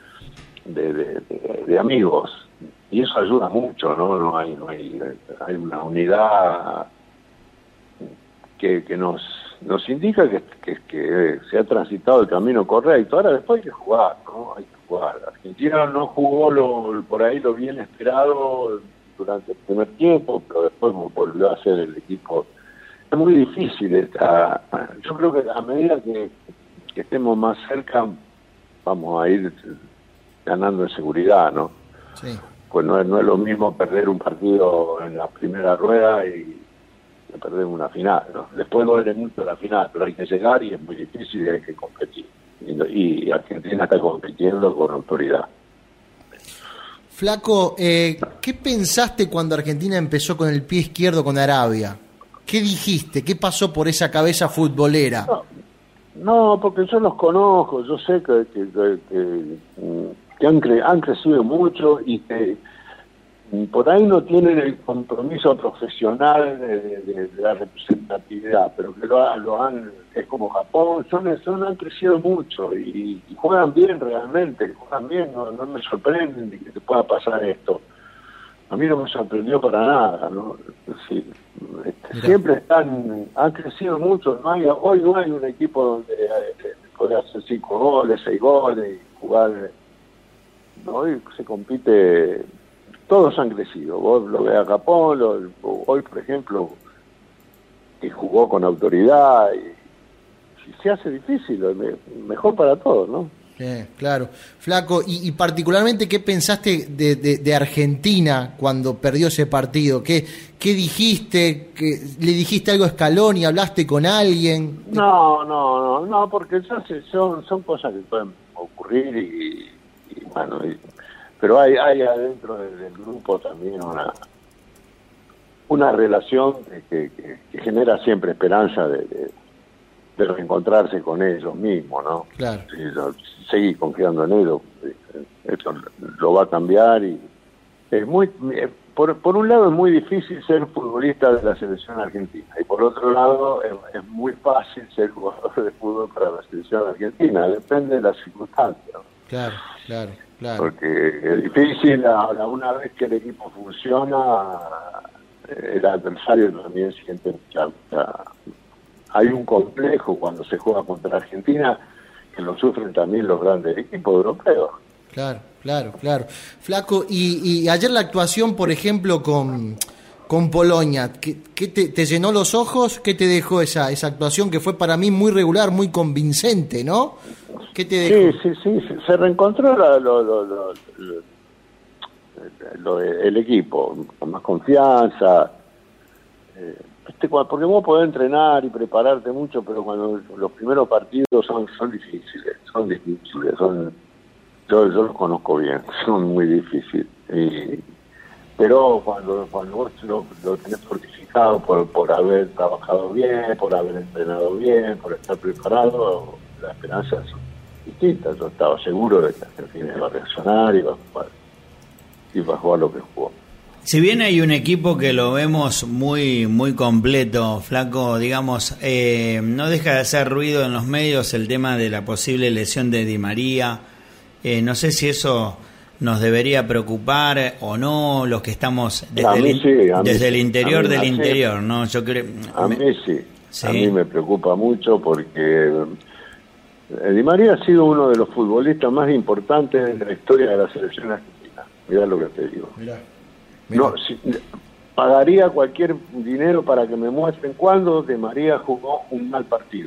de amigos, y eso ayuda mucho, ¿no? Hay una unidad que nos indica que se ha transitado el camino correcto. Ahora después hay que jugar, ¿no? Hay que jugar. Argentina no jugó por ahí lo bien esperado durante el primer tiempo, pero después volvió a ser el equipo. Es muy difícil yo creo que a medida que estemos más cerca vamos a ir ganando en seguridad, ¿no? Sí. Pues no es lo mismo perder un partido en la primera rueda y perder una final, ¿no? Después duele mucho la final, pero hay que llegar y es muy difícil y hay que competir. Y Argentina está compitiendo con autoridad. Flaco, ¿qué pensaste cuando Argentina empezó con el pie izquierdo con Arabia? ¿Qué dijiste? ¿Qué pasó por esa cabeza futbolera? No, porque yo los conozco, yo sé que han crecido mucho y que por ahí no tienen el compromiso profesional de la representatividad, pero que lo han, es como Japón, han crecido mucho y juegan bien realmente, juegan bien, no me sorprenden de que te pueda pasar esto. A mí no me sorprendió para nada, ¿no? Sí, siempre han crecido mucho, hoy no hay un equipo donde puede hacer 5 goles, 6 goles y jugar, ¿no? Hoy se compite. Todos han crecido. Vos lo ves a Japón, hoy, por ejemplo, que jugó con autoridad y se hace difícil, mejor para todos, ¿no? Claro. Flaco, y particularmente, ¿qué pensaste de Argentina cuando perdió ese partido? ¿Qué dijiste? ¿Le dijiste algo a Scaloni? ¿Hablaste con alguien? No, porque son cosas que pueden ocurrir y bueno, pero hay adentro del grupo también una relación que genera siempre esperanza de reencontrarse con ellos mismos, ¿no? Claro. Seguir confiando en ellos, esto lo va a cambiar y es muy, por un lado es muy difícil ser futbolista de la selección argentina y por otro lado es muy fácil ser jugador de fútbol para la selección argentina, depende de las circunstancias. Claro. Porque es difícil, ahora una vez que el equipo funciona, el adversario también siente hay un complejo cuando se juega contra Argentina que lo sufren también los grandes equipos europeos. Claro. Flaco, y ayer la actuación, por ejemplo, con Polonia, ¿qué te llenó los ojos? ¿Qué te dejó esa actuación que fue para mí muy regular, muy convincente, ¿no? ¿Qué te dejó? Sí, se reencontró el equipo con más confianza. Porque vos podés entrenar y prepararte mucho, pero cuando los primeros partidos son difíciles. Yo los conozco bien, son muy difíciles. Pero cuando vos lo tenés fortificado por haber trabajado bien, por haber entrenado bien, por estar preparado, las esperanzas son distintas. Yo estaba seguro de que Argentina iba a reaccionar y va a jugar lo que jugó. Si bien hay un equipo que lo vemos muy completo, Flaco, digamos, no deja de hacer ruido en los medios el tema de la posible lesión de Di María. No sé si eso nos debería preocupar o no, los que estamos desde el interior del interior, ¿no? Yo creo. A mí sí. A mí me preocupa mucho porque Di María ha sido uno de los futbolistas más importantes de la historia de la selección argentina. Mirá lo que te digo. Mirá. No, pagaría cualquier dinero para que me muestren cuándo Di María jugó un mal partido.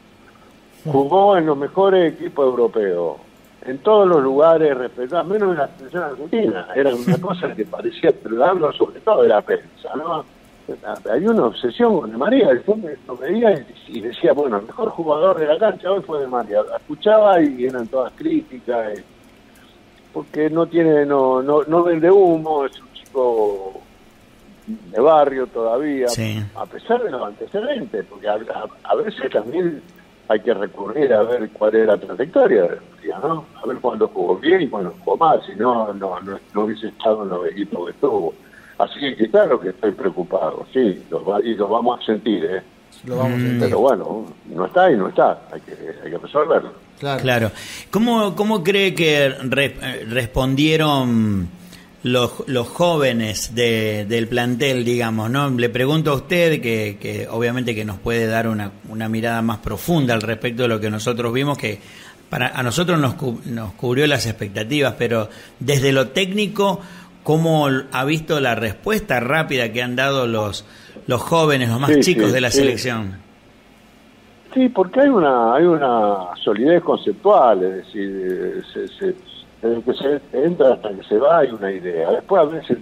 Jugó en los mejores equipos europeos, en todos los lugares respetados, menos en la selección argentina. Era una cosa que parecía, pero hablo sobre todo de la prensa, ¿no? Hay una obsesión con Di María. El fondo lo veía y decía, bueno, el mejor jugador de la cancha hoy fue Di María. Escuchaba y eran todas críticas, porque no vende humo, es un chico de barrio todavía, a pesar de los antecedentes, porque a veces también hay que recurrir a ver cuál es la trayectoria de Di María, ¿no? A ver cuándo jugó bien y cuándo jugó mal, si no hubiese estado en los equipos que estuvo. Así que claro que estoy preocupado, sí, y lo vamos a sentir, Lo vamos a sentir. Pero bueno, no está, hay que resolverlo. Claro. ¿Cómo cree que respondieron los jóvenes del plantel, digamos, ¿no? Le pregunto a usted que obviamente que nos puede dar una mirada más profunda al respecto de lo que nosotros vimos, que a nosotros nos cubrió las expectativas, pero desde lo técnico, ¿cómo ha visto la respuesta rápida que han dado los jóvenes, los más chicos de la selección? Sí, porque hay una solidez conceptual, es decir, desde que se entra hasta que se va hay una idea. Después a veces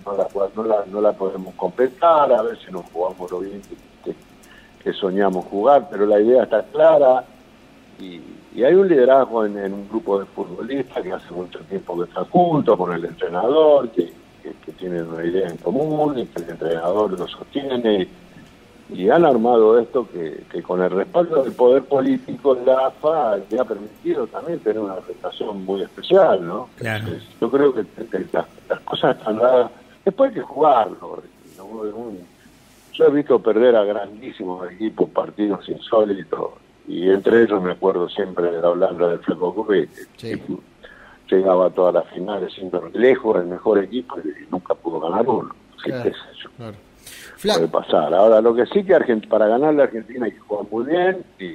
no la podemos completar, a veces no jugamos lo bien que soñamos jugar, pero la idea está clara y hay un liderazgo en un grupo de futbolistas que hace mucho tiempo que está junto con el entrenador, que tienen una idea en común y que el entrenador lo sostiene. Y han armado esto que con el respaldo del poder político de la AFA le ha permitido también tener una presentación muy especial, ¿no? Claro. Entonces, yo creo que las cosas están dadas. Después hay que jugarlo. Yo he visto perder a grandísimos equipos, partidos insólitos, y entre ellos me acuerdo siempre de la Holanda del Flaco Curry, que llegaba a todas las finales siempre lejos, el mejor equipo, y nunca pudo ganar uno. Claro. Puede pasar. Ahora, lo que sí que para ganar la Argentina hay que jugar muy bien y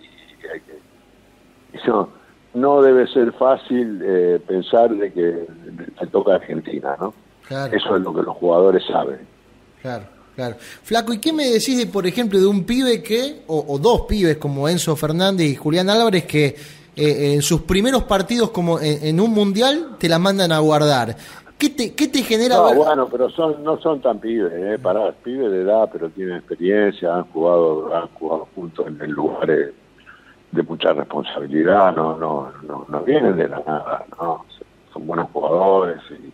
eso no debe ser fácil pensar de que le toca a Argentina, ¿no? Claro. Eso es lo que los jugadores saben. Claro. Flaco, ¿y qué me decís por ejemplo, de un pibe o dos pibes como Enzo Fernández y Julián Álvarez que en sus primeros partidos como en un mundial te la mandan a guardar. ¿Qué te genera? No, bueno, pero no son tan pibes, pibes de edad, pero tienen experiencia, han jugado juntos en lugares de mucha responsabilidad, no vienen de la nada, no, son buenos jugadores y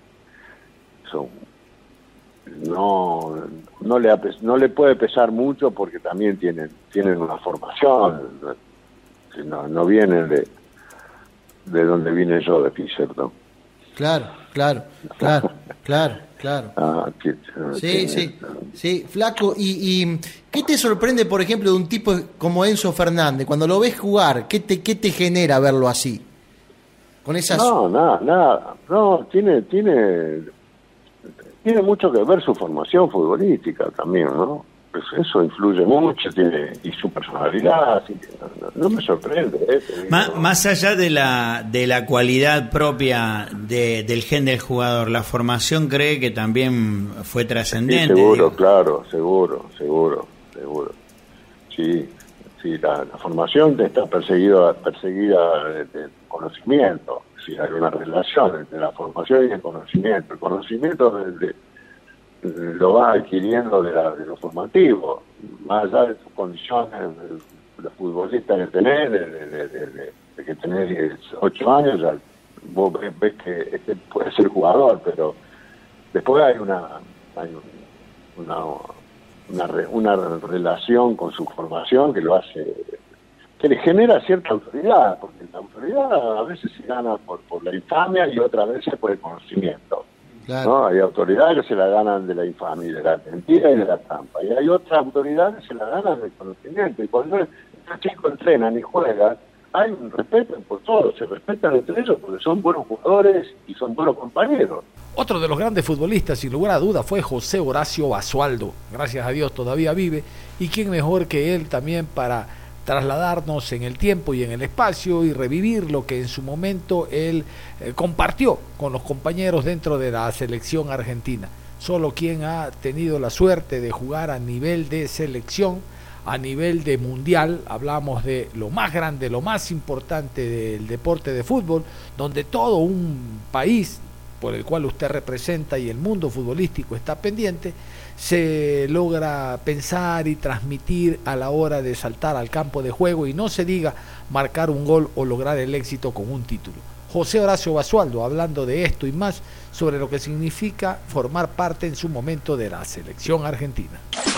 no le puede pesar mucho porque también tienen una formación, no vienen de donde vine yo, de Fischer, ¿no? Claro. Sí, Flaco, y ¿qué te sorprende, por ejemplo, de un tipo como Enzo Fernández? Cuando lo ves jugar, ¿qué te genera verlo así? Con esas... Nada, no, tiene mucho que ver su formación futbolística también, ¿no? Pues eso influye mucho, y su personalidad, así que no me sorprende. Más allá de la cualidad propia del gen del jugador, ¿la formación cree que también fue trascendente? Sí, seguro, claro, seguro. Sí, la formación está perseguida de conocimiento. Sí, hay una relación entre la formación y el conocimiento. El conocimiento lo vas adquiriendo de lo formativo, más allá de tus condiciones de futbolista que tenés, de que tenés 18 años, ya vos ves que puede ser jugador, pero después hay una relación con su formación que lo hace, que le genera cierta autoridad, porque la autoridad a veces se gana por la infamia y otras veces por el conocimiento. Claro. ¿No? Hay autoridades que se la ganan de la infamia y de la mentira y de la trampa, y hay otras autoridades que se la ganan del conocimiento, y cuando estos chicos entrenan y juegan, hay un respeto por todos, se respetan entre ellos porque son buenos jugadores y son buenos compañeros. Otro de los grandes futbolistas, sin lugar a duda, fue José Horacio Basualdo. Gracias a Dios todavía vive, y quién mejor que él también para trasladarnos en el tiempo y en el espacio y revivir lo que en su momento él compartió con los compañeros dentro de la selección argentina. Solo quien ha tenido la suerte de jugar a nivel de selección, a nivel de mundial, hablamos de lo más grande, lo más importante del deporte de fútbol, donde todo un país por el cual usted representa y el mundo futbolístico está pendiente, se logra pensar y transmitir a la hora de saltar al campo de juego, y no se diga marcar un gol o lograr el éxito con un título. José Horacio Basualdo, hablando de esto y más sobre lo que significa formar parte en su momento de la selección argentina.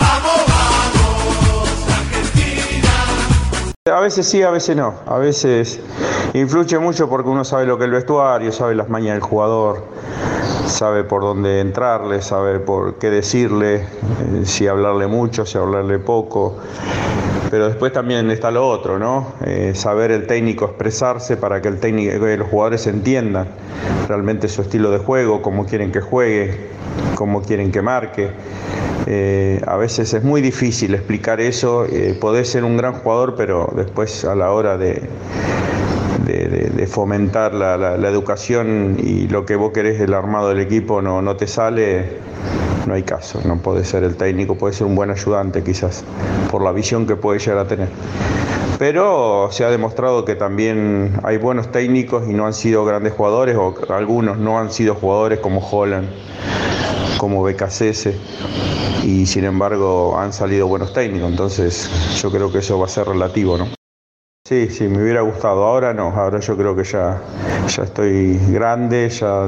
A veces sí, a veces no. A veces influye mucho porque uno sabe lo que es el vestuario, sabe las mañas del jugador, sabe por dónde entrarle, sabe por qué decirle, si hablarle mucho, si hablarle poco. Pero después también está lo otro, ¿no? Saber el técnico expresarse para que los jugadores entiendan realmente su estilo de juego, cómo quieren que juegue, cómo quieren que marque. A veces es muy difícil explicar eso. Podés ser un gran jugador, pero después a la hora de fomentar la educación y lo que vos querés del armado del equipo no te sale, no hay caso. No podés ser el técnico, podés ser un buen ayudante quizás, por la visión que puede llegar a tener. Pero se ha demostrado que también hay buenos técnicos y no han sido grandes jugadores, o algunos no han sido jugadores como Holland, como Becasese, y sin embargo han salido buenos técnicos. Entonces yo creo que eso va a ser relativo, ¿no? Sí, me hubiera gustado. Ahora no, ahora yo creo que ya estoy grande, ya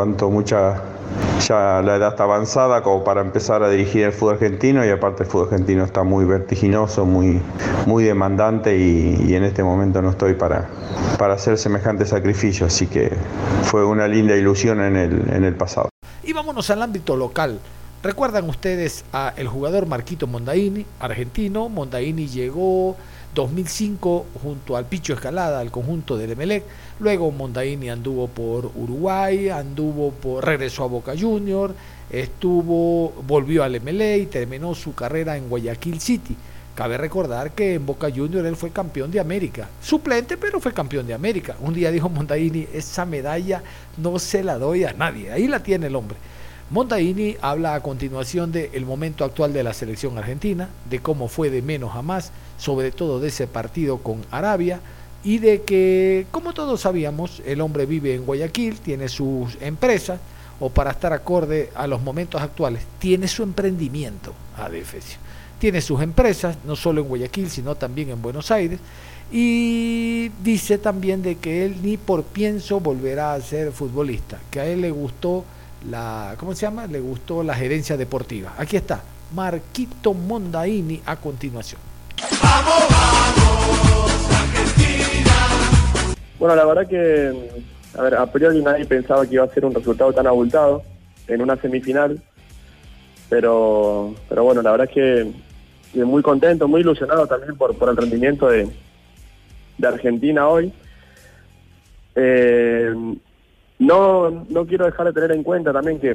la edad está avanzada como para empezar a dirigir el fútbol argentino, y aparte el fútbol argentino está muy vertiginoso, muy demandante, y en este momento no estoy para hacer semejante sacrificio, así que fue una linda ilusión en el pasado. Y vámonos al ámbito local. ¿Recuerdan ustedes a el jugador Marquito Mondaini, argentino? Mondaini llegó 2005 junto al Picho Escalada al conjunto del Emelec. Luego Mondaini anduvo por Uruguay, regresó a Boca Juniors, volvió al Emelec y terminó su carrera en Guayaquil City. Cabe recordar que en Boca Juniors él fue campeón de América, suplente, pero fue campeón de América. Un día dijo Mondaini: esa medalla no se la doy a nadie. Ahí la tiene el hombre. Mondaini habla a continuación del momento actual de la selección argentina, de cómo fue de menos a más, sobre todo de ese partido con Arabia, y de que, como todos sabíamos, el hombre vive en Guayaquil, tiene sus empresas, o para estar acorde a los momentos actuales, tiene su emprendimiento, Adefesio. Tiene sus empresas, no solo en Guayaquil, sino también en Buenos Aires, y dice también de que él ni por pienso volverá a ser futbolista, que a él le gustó le gustó la gerencia deportiva. Aquí está, Marquito Mondaini a continuación. ¡Vamos, vamos, Argentina! Bueno, la verdad que, a priori nadie pensaba que iba a ser un resultado tan abultado en una semifinal, pero bueno, la verdad es que muy contento, muy ilusionado también por el rendimiento de Argentina hoy. No quiero dejar de tener en cuenta también que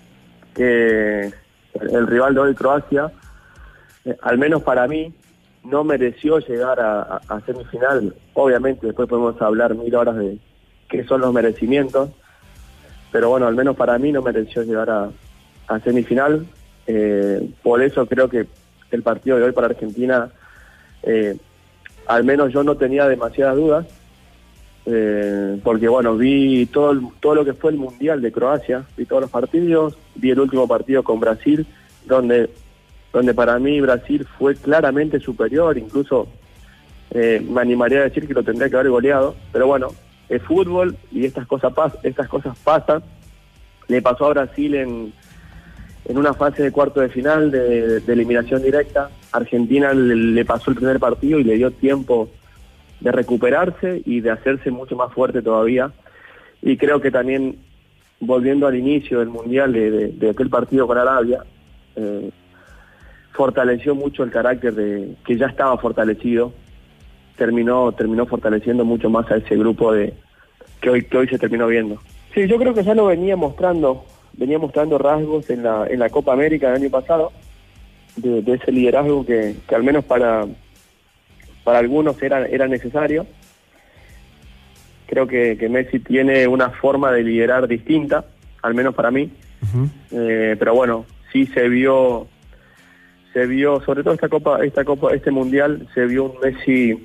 el rival de hoy, Croacia, al menos para mí, no mereció llegar a semifinal. Obviamente después podemos hablar 1000 horas de qué son los merecimientos, pero bueno, al menos para mí no mereció llegar a semifinal. Por eso creo que el partido de hoy para Argentina, al menos yo no tenía demasiadas dudas, porque bueno, vi todo lo que fue el Mundial de Croacia, vi todos los partidos, vi el último partido con Brasil, donde para mí Brasil fue claramente superior, incluso me animaría a decir que lo tendría que haber goleado, pero bueno, es fútbol y estas cosas pasan. Le pasó a Brasil en una fase de cuarto de final de eliminación directa. Argentina le pasó el primer partido y le dio tiempo de recuperarse y de hacerse mucho más fuerte todavía. Y creo que también, volviendo al inicio del Mundial de aquel partido con Arabia, fortaleció mucho el carácter que ya estaba fortalecido. Terminó fortaleciendo mucho más a ese grupo que hoy se terminó viendo. Sí, yo creo que ya lo venía mostrando rasgos en la Copa América del año pasado, de ese liderazgo que al menos para algunos era necesario. Creo que Messi tiene una forma de liderar distinta, al menos para mí. Pero bueno, sí se vio sobre todo este mundial, se vio un Messi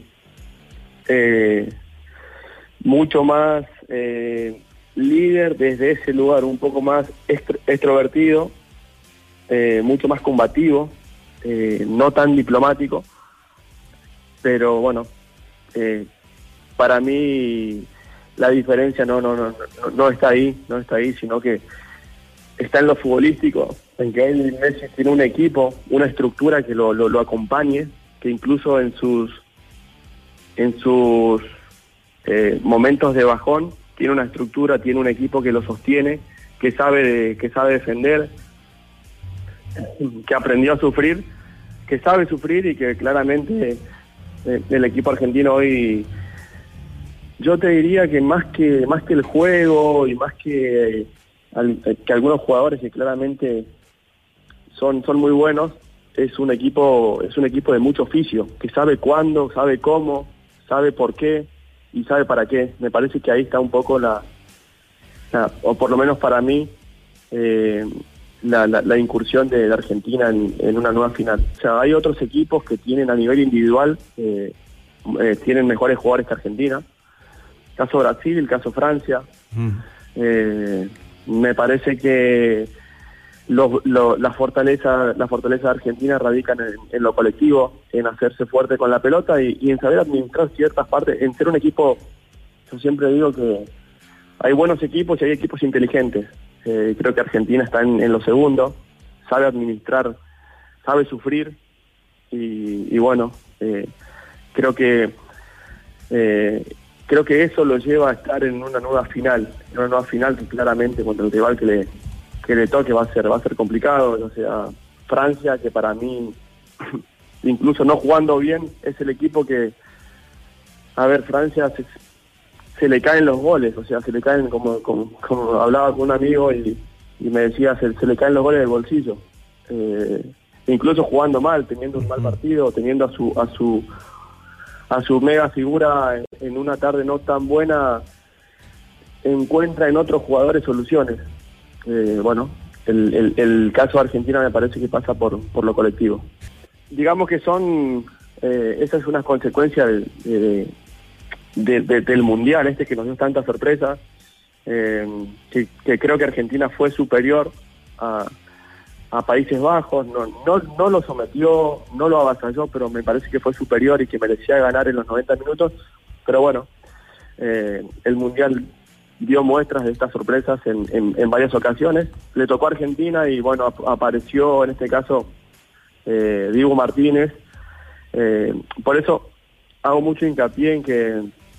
mucho más líder desde ese lugar, un poco más extrovertido, mucho más combativo, no tan diplomático, pero bueno, para mí la diferencia no está ahí, sino que está en lo futbolístico, en que él, Messi, tiene un equipo, una estructura que lo acompañe, que incluso en sus momentos de bajón tiene una estructura, tiene un equipo que lo sostiene, que sabe defender, que aprendió a sufrir, que sabe sufrir y que claramente el equipo argentino hoy, yo te diría que más que el juego y más que algunos jugadores que claramente son muy buenos, es un equipo de mucho oficio, que sabe cuándo, sabe cómo, sabe por qué y sabe para qué. Me parece que ahí está un poco o por lo menos para mí, la incursión de Argentina en una nueva final. O sea, hay otros equipos que tienen a nivel individual, tienen mejores jugadores que Argentina. El caso Brasil, el caso Francia. Me parece que la fortaleza de Argentina radica en lo colectivo, en hacerse fuerte con la pelota y en saber administrar ciertas partes, en ser un equipo. Yo siempre digo que hay buenos equipos y hay equipos inteligentes. Creo que Argentina está en lo segundo, sabe administrar, sabe sufrir y bueno, creo que eso lo lleva a estar en una nueva final que claramente contra el rival que le toque va a ser complicado. O sea, Francia, que para mí, incluso no jugando bien, es el equipo que, Francia se le caen los goles, o sea, se le caen, como hablaba con un amigo y me decía, se le caen los goles del bolsillo. Incluso jugando mal, teniendo un mal partido, teniendo a su mega figura en una tarde no tan buena, encuentra en otros jugadores soluciones. Bueno, el caso de Argentina me parece que pasa por lo colectivo. Digamos que esa es una consecuencia del Mundial que nos dio tantas sorpresas, que creo que Argentina fue superior a Países Bajos, no lo sometió, no lo avasalló, pero me parece que fue superior y que merecía ganar en los 90 minutos, pero bueno, el Mundial dio muestras de estas sorpresas en varias ocasiones. Le tocó a Argentina y bueno, apareció en este caso Diego Martínez. Por eso hago mucho hincapié en que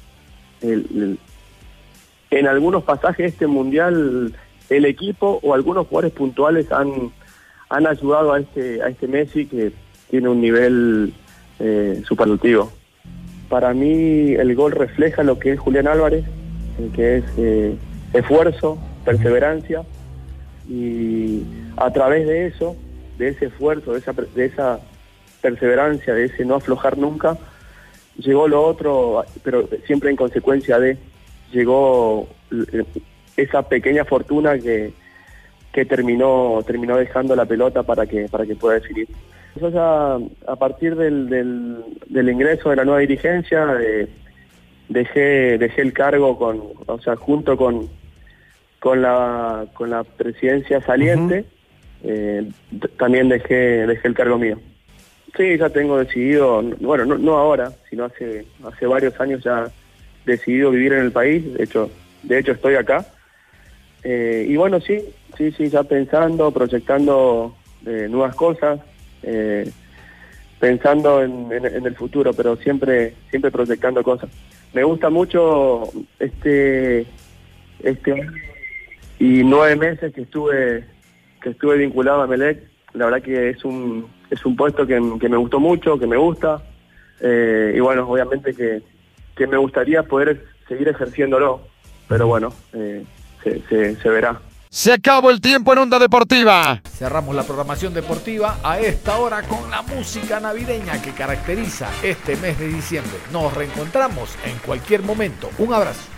en algunos pasajes de este Mundial el equipo o algunos jugadores puntuales han ayudado a este Messi, que tiene un nivel superlativo. Para mí el gol refleja lo que es Julián Álvarez, que es esfuerzo, perseverancia, y a través de eso, de ese esfuerzo, de esa perseverancia, de ese no aflojar nunca, llegó lo otro, pero siempre en consecuencia llegó esa pequeña fortuna que terminó dejando la pelota para que pueda definir. Yo ya a partir del ingreso de la nueva dirigencia dejé el cargo junto con la presidencia saliente. También dejé el cargo mío. Sí, ya tengo decidido, bueno, no ahora, sino hace varios años ya decidido vivir en el país. De hecho estoy acá. Y bueno, sí, ya pensando, proyectando nuevas cosas, pensando en el futuro, pero siempre proyectando cosas. Me gusta mucho este año y 9 meses que estuve vinculado a Emelec. La verdad que es un puesto que me gustó mucho, que me gusta, y bueno, obviamente que me gustaría poder seguir ejerciéndolo, pero bueno, se verá. Se acabó el tiempo en Onda Deportiva. Cerramos la programación deportiva a esta hora con la música navideña que caracteriza este mes de diciembre. Nos reencontramos en cualquier momento. Un abrazo.